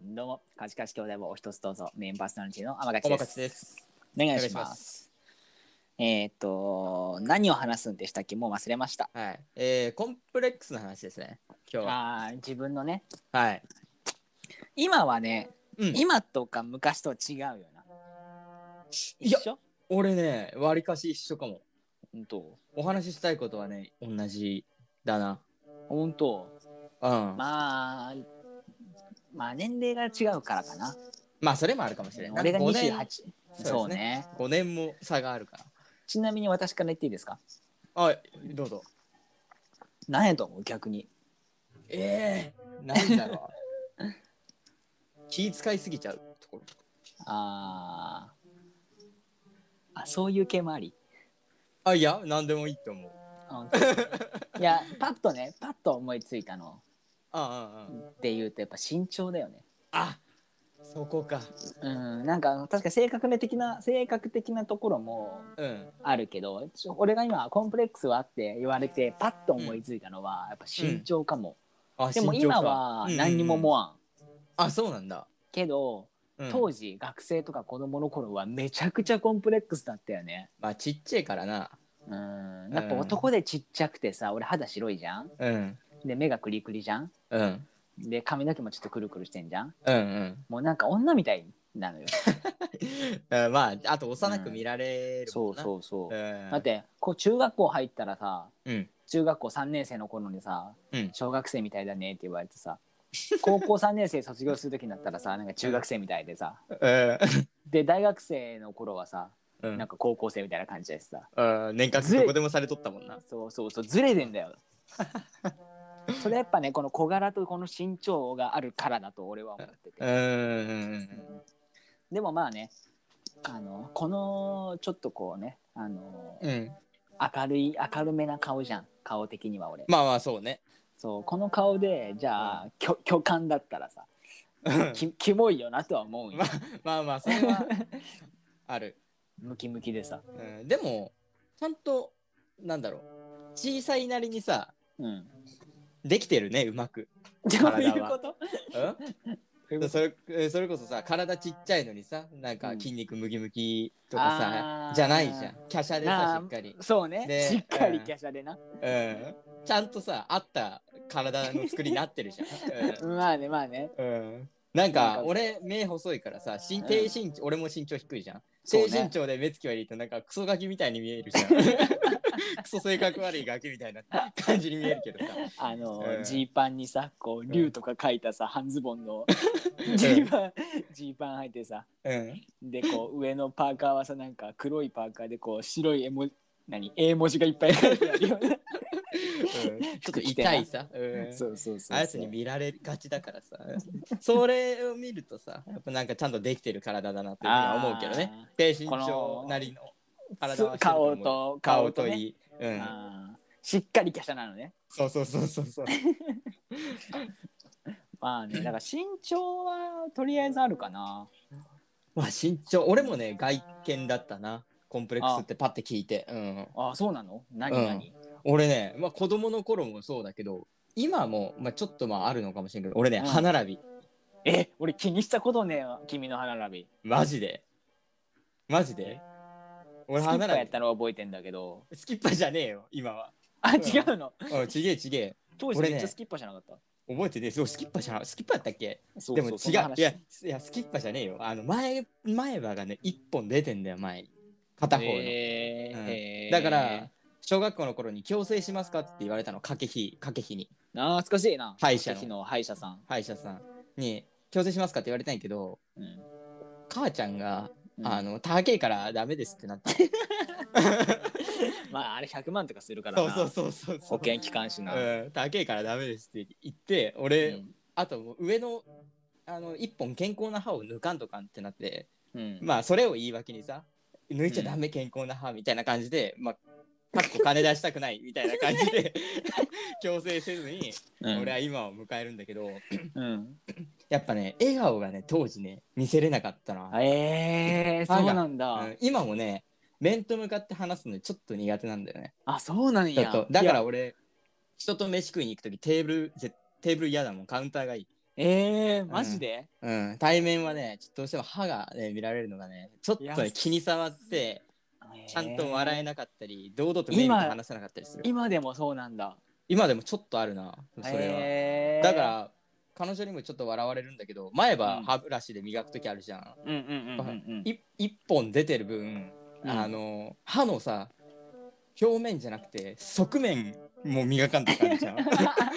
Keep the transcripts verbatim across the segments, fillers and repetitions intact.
どうも、カチカチ兄弟をお一つどうぞ。メインパーソナリティの天垣おまかです。 ちです。 お願いします。えーっと、何を話すんでしたっけ？もう忘れました。 はい。えー、コンプレックスの話ですね。今日は。 あー、自分のね、 はい。 今はね、 うん。 今とか昔とは違うよな。 いや一緒？ 俺ね、わりかし一緒かも。 本当？ お話ししたいことはね、同じだな。 本当？ うん。ままあ、まあ年齢が違うからかな。 あ、それもあるかもしれない。 俺がごねん。 にじゅうはち。 そうですね。 そうね。 ごねんも差があるから。 ちなみに私から言っていいですか？ あ、どうぞ。 何やと思う？逆に。 ええー、なんだろう。気使いすぎちゃうところ。 あー。あ、そういう系もあり。 あ、いや、なんでもいいと思う。 本当いや、パッとね、パッと思いついたのああ、ああ。 っていうとやっぱ身長だよね。 あ、そこか。 うん、なんか確か性格的な性格的なところもうん。 あるけど、ちょ俺が今コンプレックスはあって言われてパッと思いついたのは、やっぱ身長かも。 あ、 でも身長か。 今は何にも思わん。 あ、そうなんだ。 けど、 うん、 当時学生とか子供の頃はめちゃくちゃコンプレックスだったよね。 まあちっちゃいからな。 うん、やっぱ男でちっちゃくてさ、俺肌白いじゃん。 うん。 で目がクリクリじゃん。 うん。 で髪の毛もちょっとくるくるしてんじゃん。 うんうん。 もうなんか女みたいなのよ。 あまああと幼く見られるもんな。 そうそうそう。 うん、 だってこう中学校入ったらさ、 うん、 中学校さんねん生の頃にさ、 うん、 小学生みたいだねって言われてさ、高校さんねん生卒業する時になったらさ、なんか中学生みたいでさ、で大学生の頃はさ、 うん、 なんか高校生みたいな感じでさ、 うん、年間どこでもされとったもんな。 そうそうそう、ずれてんだよ。それやっぱね、この小柄とこの身長があるからだと俺は思ってて。 うん。 でもまあね、あのこのちょっとこうね、あの、 うん、 明るい明るめな顔じゃん、顔的には俺。 まあまあそうね。 そう、この顔でじゃあ、うん、巨巨漢だったらさ、きキモいよなとは思うよ。 まあまあまあそれはある。 ムキムキでさ、 うん、でもちゃんとなんだろう、小さいなりにさ、うん、できてるね、うまく。 どういうこと？ うん、それそれこそさ、体ちっちゃいのにさ、なんか筋肉ムキムキとかさ、うん、じゃないじゃん。華奢でさ、しっかり。 そうね、しっかり華奢でな、 うん、うん。ちゃんとさ、あった体の作りになってるじゃん。 うん、まあねまあね。 うん。なんか俺目細いからさ、低身長、うん、俺も身長低いじゃん。低身長で目つき悪いとなんかクソガキみたいに見えるじゃん。クソ性格悪いガキみたいな感じに見えるけどさ、 あのジー、うん、パンにさこう竜とか書いたさ、半ズボンのジーパンジーパン履いてさ、うん、でこう上のパーカーはさ、なんか黒いパーカーでこう白い絵文何 A 文字がいっぱい書いてあるよね。 うん、ちょっと痛いさ、うん、 そうそうそう、 あやつに見られがちだからさ、それを見るとさ、やっぱなんかちゃんとできてる体だなっていうふうには思うけどね。低身長なりの体はしてると思う。顔と顔といい、うん、 あしっかり華奢なのね。 そうそうそうそうそう。 まあね、だから身長はとりあえずあるかな。 まあ身長、俺もね外見だったな。コンプレックスってパッて聞いて、うん、 あ、そうなの？何何？ うん、俺ね、まあ子供の頃もそうだけど、今もまあちょっとまああるのかもしれんけど、俺ね、うん、歯並び。 え、俺気にしたことねえわ、君の歯並び。 マジで？マジで？ 俺歯並び。スキッパーやったのは覚えてんだけど。 スキッパーじゃねえよ、今は。 あ、違うの？ うん、ちげえちげえ。 当時めっちゃスキッパーじゃなかった？ 覚えてねえ。そう、スキッパーじゃな、スキッパーやったっけ？そうそう、でも違う。いや、いや、スキッパーじゃねえよ。あの前前歯がね一本出てんだよ、前に。片方の。えーうん、だから小学校の頃に矯正しますかって言われたの、掛け費掛け費に。 あ、懐かしいな。 歯医者の歯医者さん歯医者さんに矯正しますかって言われたんやけど、うん、母ちゃんが、うん、あの高えからダメですってなった。 まああれひゃくまんとかするからな。 そうそうそうそう、 保険機関士な、 うん、高えからダメですって言って俺、うん、あと上のあの一本健康な歯を抜かんとかんってなって、うん、まあそれを言い訳にさ、抜いちゃダメ、うん、健康な歯みたいな感じで、まあかっこ金出したくないみたいな感じで強制せずに、うん、俺は今を迎えるんだけど、うん、やっぱね笑顔がね当時ね見せれなかったな。 えー、そうなんだ、 うん、今もね面と向かって話すのちょっと苦手なんだよね。 あ、そうなんや。 だから俺人と飯食いに行くときテーブルテーブル嫌だもん、カウンターがいい。 えー、マジで、 うん、うん、対面はねちょっとどうしても歯がね見られるのがねちょっと、ね、気に障ってちゃんと笑えなかったり堂々と目見て話せなかったりする。 今でもそうなんだ。 今でもちょっとあるなそれは、えー、だから彼女にもちょっと笑われるんだけど前歯歯ブラシで磨く時あるじゃん。一本出てる分、うん、あの歯のさ表面じゃなくて側面も磨かんとかあるじゃん、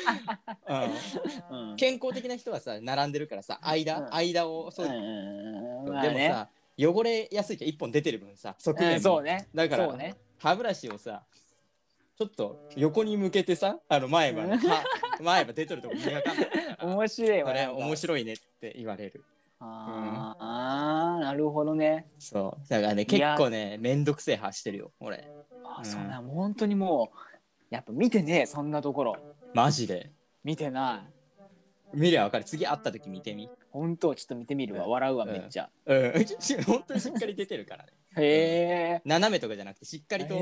うんうん、健康的な人はさ並んでるからさ間、うん、間をそう、うんうん、でもさ、ね、汚れやすいじゃん一本出てる分さ側面も、うん、そうね、だから、ね、歯ブラシをさちょっと横に向けてさあの前歯の前歯出てるとこ磨かんとか面白いわ。 それ面白いねって言われる。 あ、うん、あーなるほどね。 そうだからね結構ねめんどくせえ歯してるよ俺。 あ、うん、そうなもう本当にもうやっぱ見てねそんなところマジで見てない。 見りゃ分かる。次会った時見てみ。 本当ちょっと見てみるわ、うん、笑うわめっちゃ。 うん、うん、本当にしっかり出てるからね。 へえ、 うん、斜めとかじゃなくてしっかりと、うん、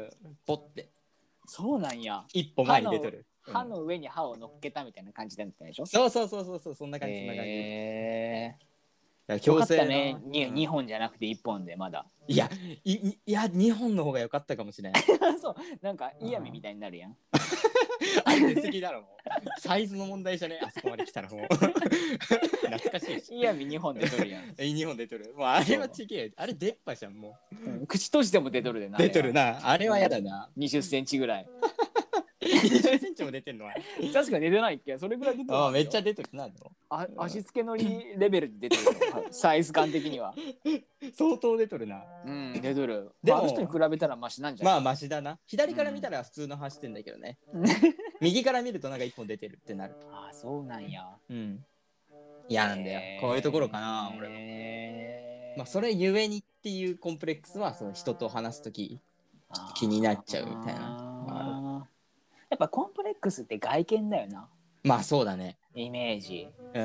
ポッて。 そうなんや。 一歩前に出てる。 歯の上に歯を乗っけたみたいな感じだったでしょ。 そうそうそうそうそう、そんな感じ、そんな感じ。 へえ。強制なね、うん、にほんじゃなくていっぽんでまだ。 いやいいやにほんの方が良かったかもしれない。 そうなんかイヤミみたいになるやん。 あれ出過ぎだろもう。サイズの問題じゃねあそこまで来たらもう。懐かしいし。 イヤミにほんで取るやん。 にほんで取る。もうあれはちげえ。あれ出っ歯じゃんもう、うん。口閉じても出とるでな。 出とるな。あれはやだな。 にじゅっセンチぐらい。 にじゅっセンチも出てんのは確かに出てないっけ。それぐらい出てる。 あめっちゃ出てるな。 あ足付けのりレベルで出てるサイズ感的には相当出とるな。 うん出とる。でも、まあ、あの人に比べたらマシなんじゃない。 まあマシだな。左から見たら普通の走ってんだけどね、うん、右から見るとなんか一本出てるってなる。 ああそうなんや。 うん嫌なんだよ、えー、こういうところかな俺は、えー、まあそれゆえにっていうコンプレックスはその人と話すとき気になっちゃうみたいな。 やっぱコンプレックスって外見だよな。 まあそうだね。 イメージ。 うん。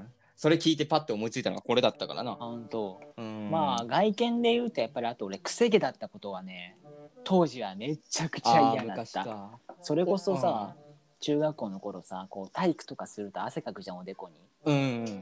それ聞いてパッて思いついたのがこれだったからな。 本当。うん。まあ外見で言うとやっぱりあと俺くせ毛だったことはね当時はめちゃくちゃ嫌だった。それこそさ中学校の頃さこう体育とかすると汗かくじゃんおでこに。うん、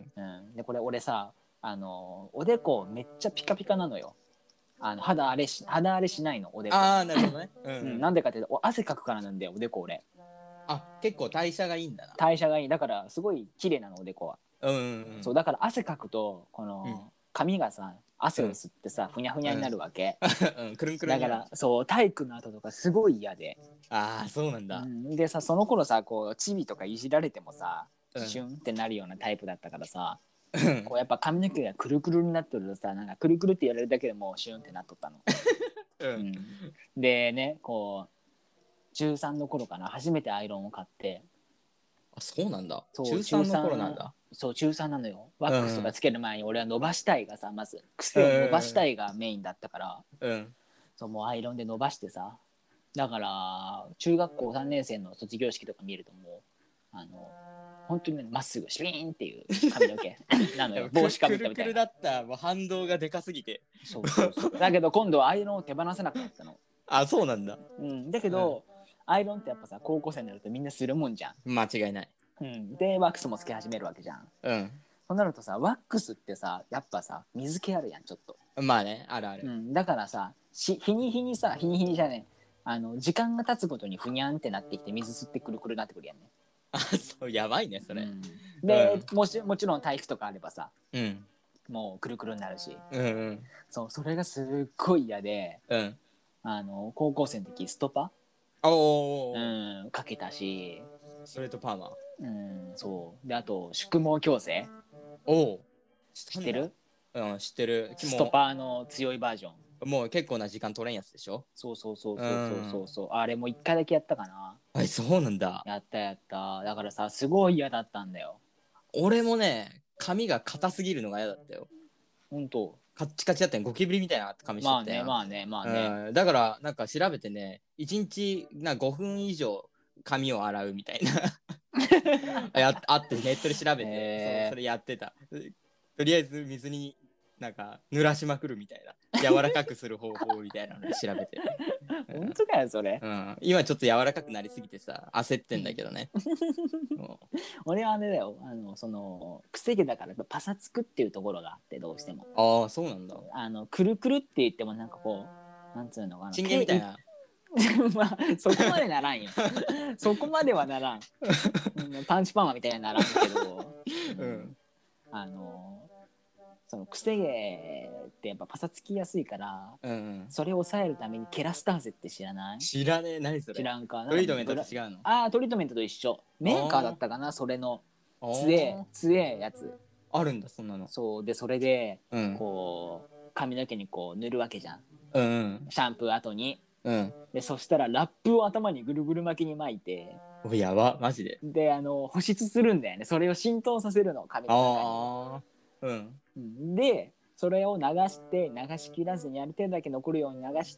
うん。でこれ俺さあのおでこめっちゃピカピカなのよ。あの肌荒れし肌荒れしないのおでこ。 ああなるほどね。うん、 うん。なんでかっていうと汗かくからなんだよおでこ俺。 あ結構代謝がいいんだな。 代謝がいいだからすごい綺麗なのおでこは。うん、うん、そうだから汗かくとこの、うん、髪がさ汗を吸ってさ、うん、ふにゃふにゃになるわけ。 うん、くるんくるん。 だからそう体育の後とかすごい嫌で。 ああそうなんだ。 うん、でさその頃さこうチビとかいじられてもさ、うん、シュンってなるようなタイプだったからさ。こうやっぱ髪の毛がくるくるになってるとさなんかくるくるってやられるだけでもうシュンってなっとったの、うんうん、でねこう中さんの頃かな初めてアイロンを買って。 あそうなんだ。中さんの頃なんだ。 そう中さんなのよ。ワックスとかつける前に俺は伸ばしたいがさまず癖を伸ばしたいがメインだったから、うん、そうもうアイロンで伸ばしてさだから中学校さんねん生の卒業式とか見るともうあの本当にまっすぐシュイーンっていう髪の毛なのよ帽子かぶったみたいな。くるくるだったもう反動がでかすぎて。 そうそうそうだけど今度はアイロンを手放せなくなったの。 あそうなんだ、 うん、だけど、うん、アイロンってやっぱさ高校生になるとみんなするもんじゃん。 間違いない、 うん、でワックスもつけ始めるわけじゃん、うん、そうなるとさワックスってさやっぱさ水気あるやんちょっと。 まあねあるある、 うん、だからさし日に日にさ日に日にじゃねあの時間が経つごとにふにゃんってなってきて水吸ってくるくるなってくるやんね。 あそうやばいねそれ、うん、 で、うん、もしもちろん体育とかあればさ、うん、もうくるくるになるし、うんうん、そうそれがすっごい嫌で、うん、あの高校生の時ストパお、うん、かけたしそれとパーマ、 うん、そうであと宿毛矯正お知ってる？ うん知ってる。 ストパーの強いバージョン。 もう結構な時間取れんやつでしょ。 そうそうそうそうそうそうそう、うん、あれも一回だけやったかな。 はいそうなんだ。 やったやっただからさすごい嫌だったんだよ。 俺もね髪が硬すぎるのが嫌だったよ。 ほんとカッチカチだったねゴキブリみたいな髪してて。まあねまあねまあね、 うん、だからなんか調べてねいちにちなごふん以上髪を洗うみたいなやあってネットで調べて、そうそれやってた。とりあえず水になんか濡らしまくるみたいな、柔らかくする方法みたいなので調べて本当かよそれ、 うん、今ちょっと柔らかくなりすぎてさ焦ってんだけどね俺はあれだよ、あのそのくせ毛だからパサつくっていうところがあって、どうしても。 ああそうなんだ。 あのくるくるって言ってもなんかこうなんつうのかな、 チンゲンみたいなまあそこまでならんよそこまではならんパンチパーマみたいにならんけど、うん、あのそのくせ毛ってやっぱパサつきやすいから、うんうん、それを抑えるためにケラスターゼって知らない？ 知らねえ、何それ？ 知らんか。 トリートメントと違うの？ ああトリートメントと一緒。メーカーだったかな、それの強え強えやつあるんだ、そんなの。 そうで、それで、うん、こう髪の毛にこう塗るわけじゃん、うんうん、シャンプー後に、うん、でそしたらラップを頭にぐるぐる巻きに巻いて、 おやばマジで。 であの保湿するんだよね、それを浸透させるの髪の中に。あ、うん、でそれを流して流しきらずにある程度だけ残るように流して、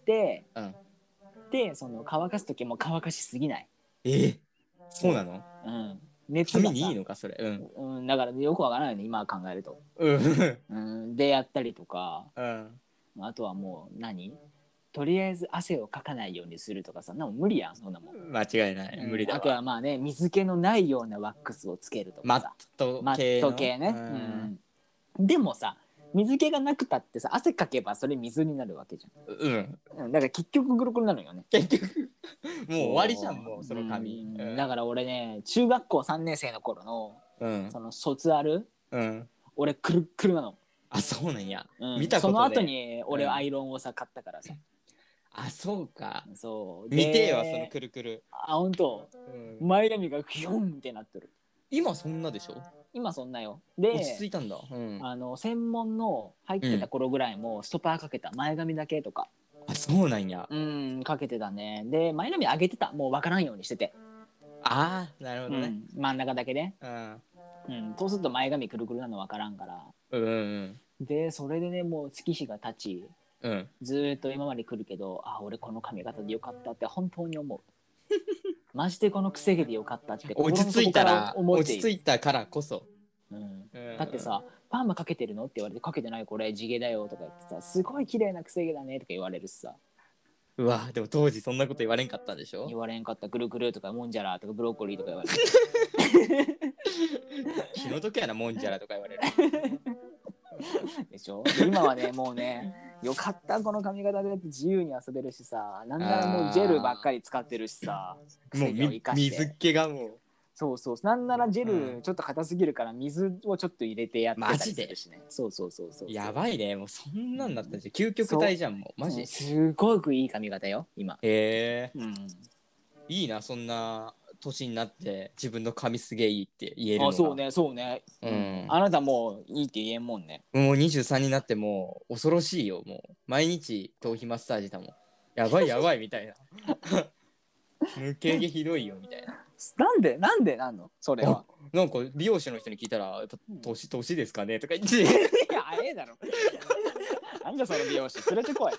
うん、でその乾かす時も乾かしすぎない。 えー、そうなの？うん。熱がさ、髪にいいのかそれ、うん、うん、だからよくわからないね今考えると、うん、でやったりとか、うん、あとはもう何とりあえず汗をかかないようにするとかさ、なんか無理やんそんなもん。 間違いない、うん、無理だわ。 あとはまあね水気のないようなワックスをつけるとかさ、 マット系のマット系ね、うんうん、でもさ水気がなくたってさ汗かけばそれ水になるわけじゃん、うん、だから結局グルグルなのよね結局もう終わりじゃんもうその髪、 うんうん、だから俺ね中学校さんねん生の頃の、うん、その卒アル、うん、俺クルックルなの。 あそうなんや、 うん、見たことでその後に俺アイロンをさ、うん、買ったからさ。 あそうか、 そう見てよそのくるくる。 あ本当、うん、前髪がヒョンってなってる。 今そんなでしょ？ 今そんなよ。で落ち着いたんだ、うん、 あの専門の入ってた頃ぐらいもストパーかけた、うん、前髪だけとか。 あそうなんや。 うんかけてたね。で前髪上げてた、もう分からんようにしてて。 ああなるほどね、 うん、真ん中だけね、うんうん、そうすると前髪くるくるなの分からんから、うんうん、でそれでねもう月日が経ち、うん、ずっと今まで来るけど、あ俺この髪型でよかったって本当に思うマジでこのくせ毛でよかったって落ち着いたら落ち着いたからこそ、 うん、だってさパーマかけてるのって言われて、かけてないこれ地毛だよとか言ってさ、すごい綺麗なくせ毛だねとか言われるしさ。 うわでも当時そんなこと言われんかったでしょ？ 言われんかった。ぐるぐるとかもんじゃらとかブロッコリーとか言われる気の毒やなもんじゃらとか言われるでしょ。で今はねもうねよかったこの髪型で自由に遊べるしさ、なんならもうジェルばっかり使ってるしさ、 もう水気がもうそうそう、なんならジェルちょっと硬すぎるから水をちょっと入れてやってたりするしね。そうそうそうそう。 やばいね、もうそんなんだったじゃん、究極体じゃんもうマジ。 すごくいい髪型よ今。 へえ、うん、いいなそんな年になって自分の髪すげえいいって言えるのが。 あそうねそうね、うん、あなたもういいって言えんもんね。 もうにじゅうさんになってもう恐ろしいよ、もう毎日頭皮マッサージだもん。やばいやばいみたいな抜け毛ひどいよみたいな。 なんでなんでなんのそれは。 なんか美容師の人に聞いたらやっぱ年年ですかねとか言っていやあええだろなんだその美容師連れてこい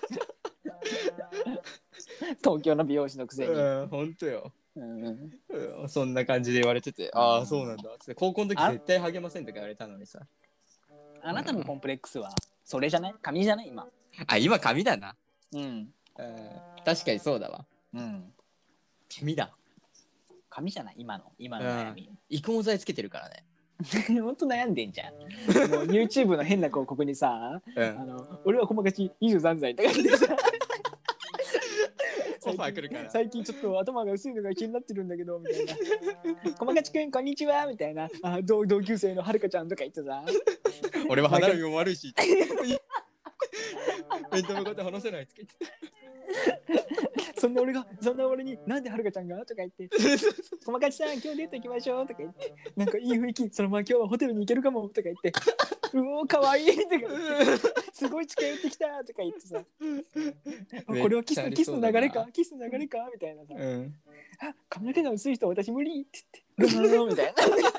東京の美容師のくせに。 うんほんとよ、うんうん、そんな感じで言われてて、ああそうなんだって高校の時絶対励ませんとか言われたのにさ。 あなたのコンプレックスはそれじゃない？髪じゃない今。 あ今髪だな。 うん、うん、 確かにそうだわ。 うん髪だ。 髪じゃない今の今の悩み。 育毛剤つけてるからねほんと悩んでんじゃんもう YouTube の変な広告にさ、うん、あの俺は細かちにじゅうさんさいって書いてさオファー来るから最近ちょっと頭が薄いのが気になってるんだけどみたいな細かちくんこんにちはみたいな、あ 同, 同級生のはるかちゃんとか言ってさ俺は歯並びも悪いし面と向かって話せないって言ってそんな俺がそんな俺になんではるかちゃんがとか言って細かちさん今日デート行きましょうとか言って、なんかいい雰囲気そのまま今日はホテルに行けるかもとか言ってうおかわいいとか言ってすごい近寄ってきたとか言ってさこれはキス、キスの流れかキスの流れかみたいなさ、うん、あ髪の毛が薄い人私無理って言ってルーみたいな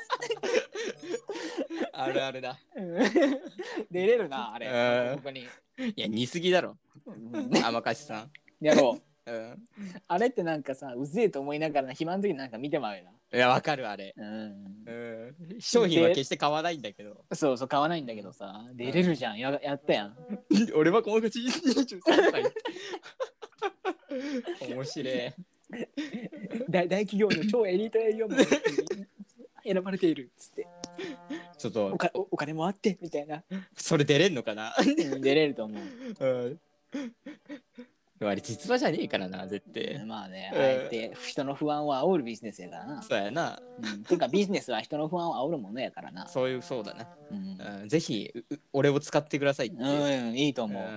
あるあるだ出れるなあれここに。 いや似すぎだろ甘かしさんやろううん、 あれってなんかさうぜえと思いながら暇の時になんか見てまうよな。 いやわかるあれ、うんうん、商品は決して買わないんだけどそうそう買わないんだけどさ出れるじゃん、うん、や, やったやん俺はこの口にじゅうさんさい面白い大, 大企業の超エリート営業マンに選ばれているっつってちょっとお, か お, お金もあってみたいな。 それ出れんのかな出れると思う、 うんあれ実話じゃねえからな絶対。 まあね、あえて人の不安を煽るビジネスやからな。 そうやな、 うん、てかビジネスは人の不安を煽るものやからな。 そういうそうだな、うんうん、ぜひ俺を使ってくださいって。 うんいいと思う、うん、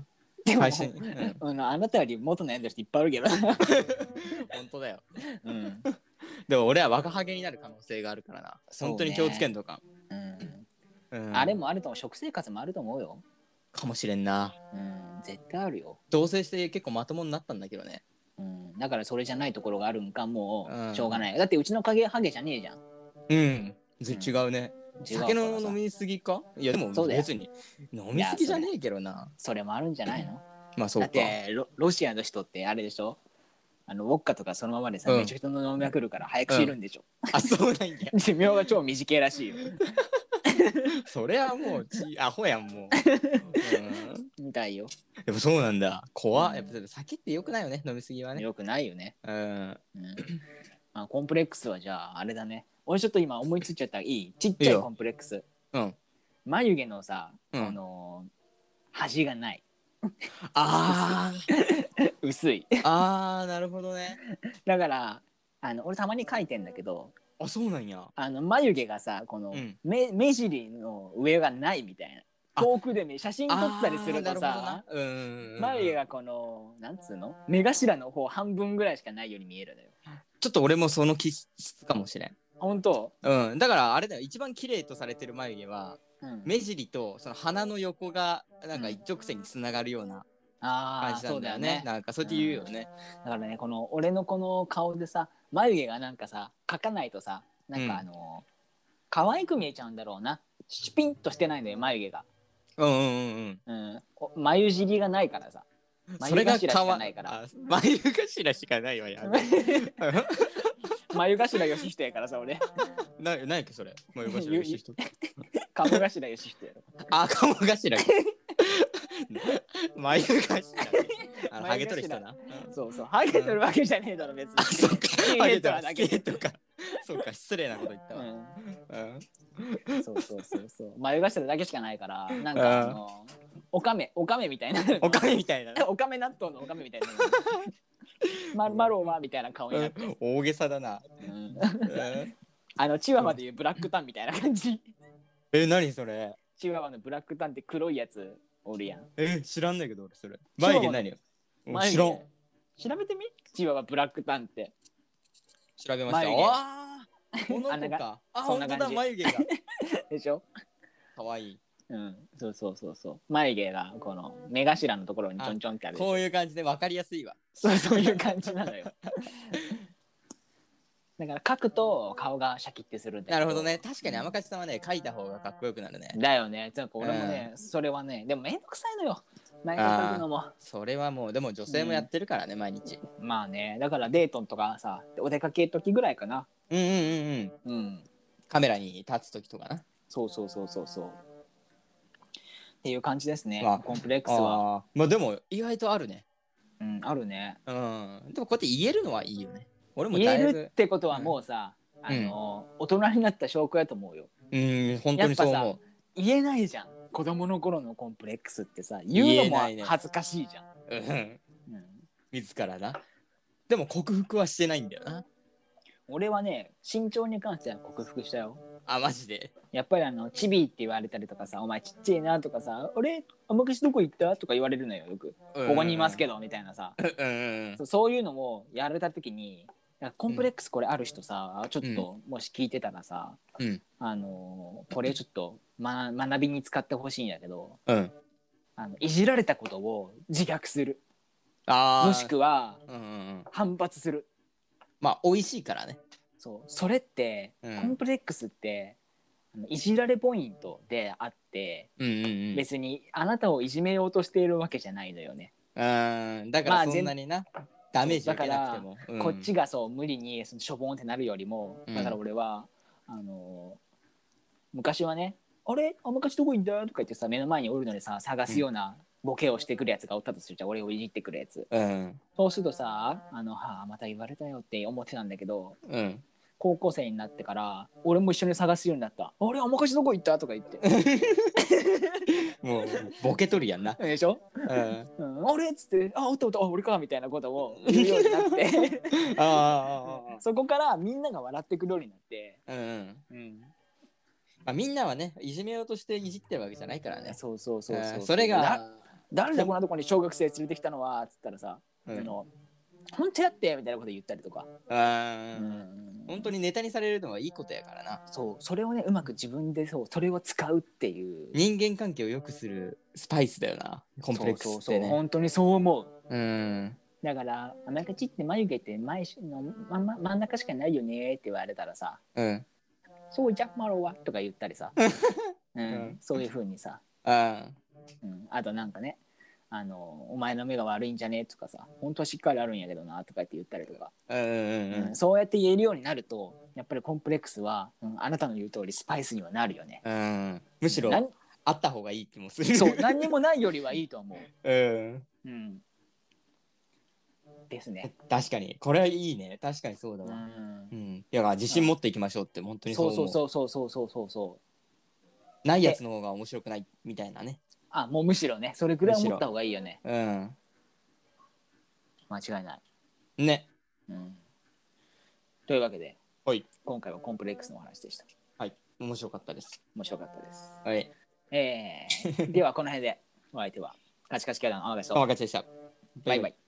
でも、うん、あなたより元のやついっぱいあるけど本当だよ、うん、でも俺は若ハゲになる可能性があるからな、本当に気をつけんとか、 うんうん、あれもあると思う、食生活もあると思うよ。 かもしれんな、 うん、絶対あるよ。 同棲して結構まともになったんだけどね、 うん、だからそれじゃないところがあるんかもうしょうがない、うん、だってうちの影ハゲじゃねえじゃん。 うん、違うね、うん、酒の飲みすぎか。いやでも別に飲みすぎじゃねえけどな。 そ れ, それもあるんじゃないの。 まあそうか。 だって ロ, ロシアの人ってあれでしょ、あのウォッカとかそのままでさ、うん、めちゃくちゃ飲みまくるから早く死ぬんでしょ、うん、 あそうなんや寿命が超短いらしいよそれはもうちアホやんもう、 うん、みたいよ。 でもそうなんだ、怖っ、うん、やっぱ酒ってよくないよね、飲みすぎはね。 よくないよね、 うん、うん、 まあ、コンプレックスはじゃああれだね、俺ちょっと今思いついちゃった。いいちっちゃいコンプレックス。 うん。 眉毛のさ、うん、あのー、端がない。 ああ。 薄い。 ああ、なるほどね。 だからあの俺たまに描いてんだけど。 あ、そうなんや。 あの眉毛がさ、この、うん、目, 目尻の上がないみたいな。遠くでね写真撮ったりするとさ、うん、眉毛がこのなんつうの目頭の方半分ぐらいしかないように見えるのよ。 ちょっと俺もその気質かもしれん。 本当？ うん。だからあれだよ、一番綺麗とされてる眉毛は、うん、目尻とその鼻の横がなんか一直線につながるような感じなんだよね。うん、なんかそうやって言うよね、 うん。だからね、この俺のこの顔でさ、眉毛がなんかさ描かないとさ、なんかあの、うん、可愛く見えちゃうんだろうな。シュピンとしてないのよ眉毛が。 うんうんうんうん。 うん、眉尻がないからさ。眉頭しかないから。 眉頭しかないわや。 眉頭よしひとやからさ俺。 なないっけそれ。眉頭よしひと。 鴨頭よしひとやろ。 あ、鴨頭。眉頭。あのハゲ取る人な。 そうそう。ハゲ取るわけじゃねえだろ別に。 あ、そっか。ハゲ取るだけとか。そうか、失礼なこと言ったわ。 うん、そうそうそうそう。眉頭だけしかないから、なんかあのおかめおかめみたいな。 おかめみたいな。 おかめ納豆のおかめみたいな。ママローはみたいな顔になって。 大げさだな。うん、 あのチワワでいうブラックタンみたいな感じ。 え、何それ？ チワワのブラックタンって黒いやつおるやん。 え、知らんだけど俺それ。眉毛何よ？知らん。 調べてみ？チワワブラックタンって。 調べました。ああ。この子か。あ、本当だ、眉毛が。 でしょ？ かわいい。 うん、そうそうそうそう。眉毛がこの目頭のところにちょんちょんってある。 こういう感じで分かりやすいわ。 そうそういう感じなのよ。だから描くと顔がシャキッてするんだけど。 なるほどね。確かに甘勝さんはね、描いた方がかっこよくなるね。 だよね。なんか俺もね、うん、それはね、でもめんどくさいのよ。眉毛描くのも。 それはもうでも女性もやってるからね、うん、毎日。 まあね、だからデートとかさ、お出かけ時ぐらいかな。 うんうんうんうん。うん。カメラに立つ時とかな。 そうそうそうそうそう。っていう感じですね。まあ、コンプレックスは。 あまあでも意外とあるね。 うん、あるね。 うん。でもこうやって言えるのはいいよね。 俺もだいぶ言えるってことはもうさ、うん、あの、うん、大人になった証拠やと思うよ。 うん、本当にそう思う。やっぱさ、 言えないじゃん。子供の頃のコンプレックスってさ、言うのも恥ずかしいじゃん。 ね、うん。自らな。でも克服はしてないんだよな。 俺はね、身長に関しては克服したよ。 あ、マジで？ やっぱりあのチビって言われたりとかさ、お前ちっちゃいなとかさ、俺甘口どこ行ったとか言われるのよよく、ここにいますけどみたいなさ、そ, そういうのもやられた時に、コンプレックスこれある人さ、うん、ちょっともし聞いてたらさ、うん、あのこれちょっと、ま、学びに使ってほしいんやけど、うん、あのいじられたことを自虐する、あもしくは、うんうん、反発する。 まあ美味しいからね。 そうそれって、うん、コンプレックスっていじられポイントであって、うんうんうん、別にあなたをいじめようとしているわけじゃないのよね。 うんだからそんなにな、まあ、 ダメージ受けなくても、 うん、こっちがそう無理にそのしょぼんってなるよりも、だから俺は、うん、あの昔はねあれあ昔どこいんだとか言ってさ目の前におるのにさ探すようなボケをしてくるやつがおったとするじゃん、俺をいじってくるやつ、うん、そうするとさあのはあまた言われたよって思ってたんだけど、うん、高校生になってから俺も一緒に探すようになった。あれあ昔どこ行ったとか言ってもうボケとるやんなでしょ、うんうん、あれっつってあおったおったあ俺かみたいなことを言うようになってあそこからみんなが笑ってくるようになって、うんうんうんまあ、みんなはねいじめようとしていじってるわけじゃないからね。 そうそうそうそう、 それが誰でこんなとこに小学生連れてきたのはっつったらさ、うん、あの本当やってみたいなこと言ったりとか、あ、 うん、本当にネタにされるのはいいことやからな。 そうそれをねうまく自分でそうそれを使うっていう人間関係を良くするスパイスだよなコンプレックスってね。そうそうそう本当にそう思う。うんだから「あなたちって眉毛って前の、まま、真ん中しかないよね」って言われたらさ「うん、そうじゃマロは」とか言ったりさ、うんうん、そういう風にさ、あ、うん、あとなんかねあのお前の目が悪いんじゃねとかさ本当はしっかりあるんやけどなとかって言ったりとか、うんうんうん、そうやって言えるようになるとやっぱりコンプレックスは、うん、あなたの言う通りスパイスにはなるよね、うん、 むしろあった方がいい気もする。 そう何にもないよりはいいと思う、うんうん、ですね。 確かにこれはいいね確かにそうだわ、うんうん、だから自信持っていきましょうって本当にそう思う。 そうそうそうそうそうそうないやつの方が面白くないみたいなね。 あもうむしろねそれぐらい思った方がいいよね。うん間違いないね、うん、というわけで、はい、今回はコンプレックスのお話でした。 はい面白かったです。 面白かったです。はい、えー、ではこの辺でお相手はカチカチキャラの天海と天海でした。 バイバイ。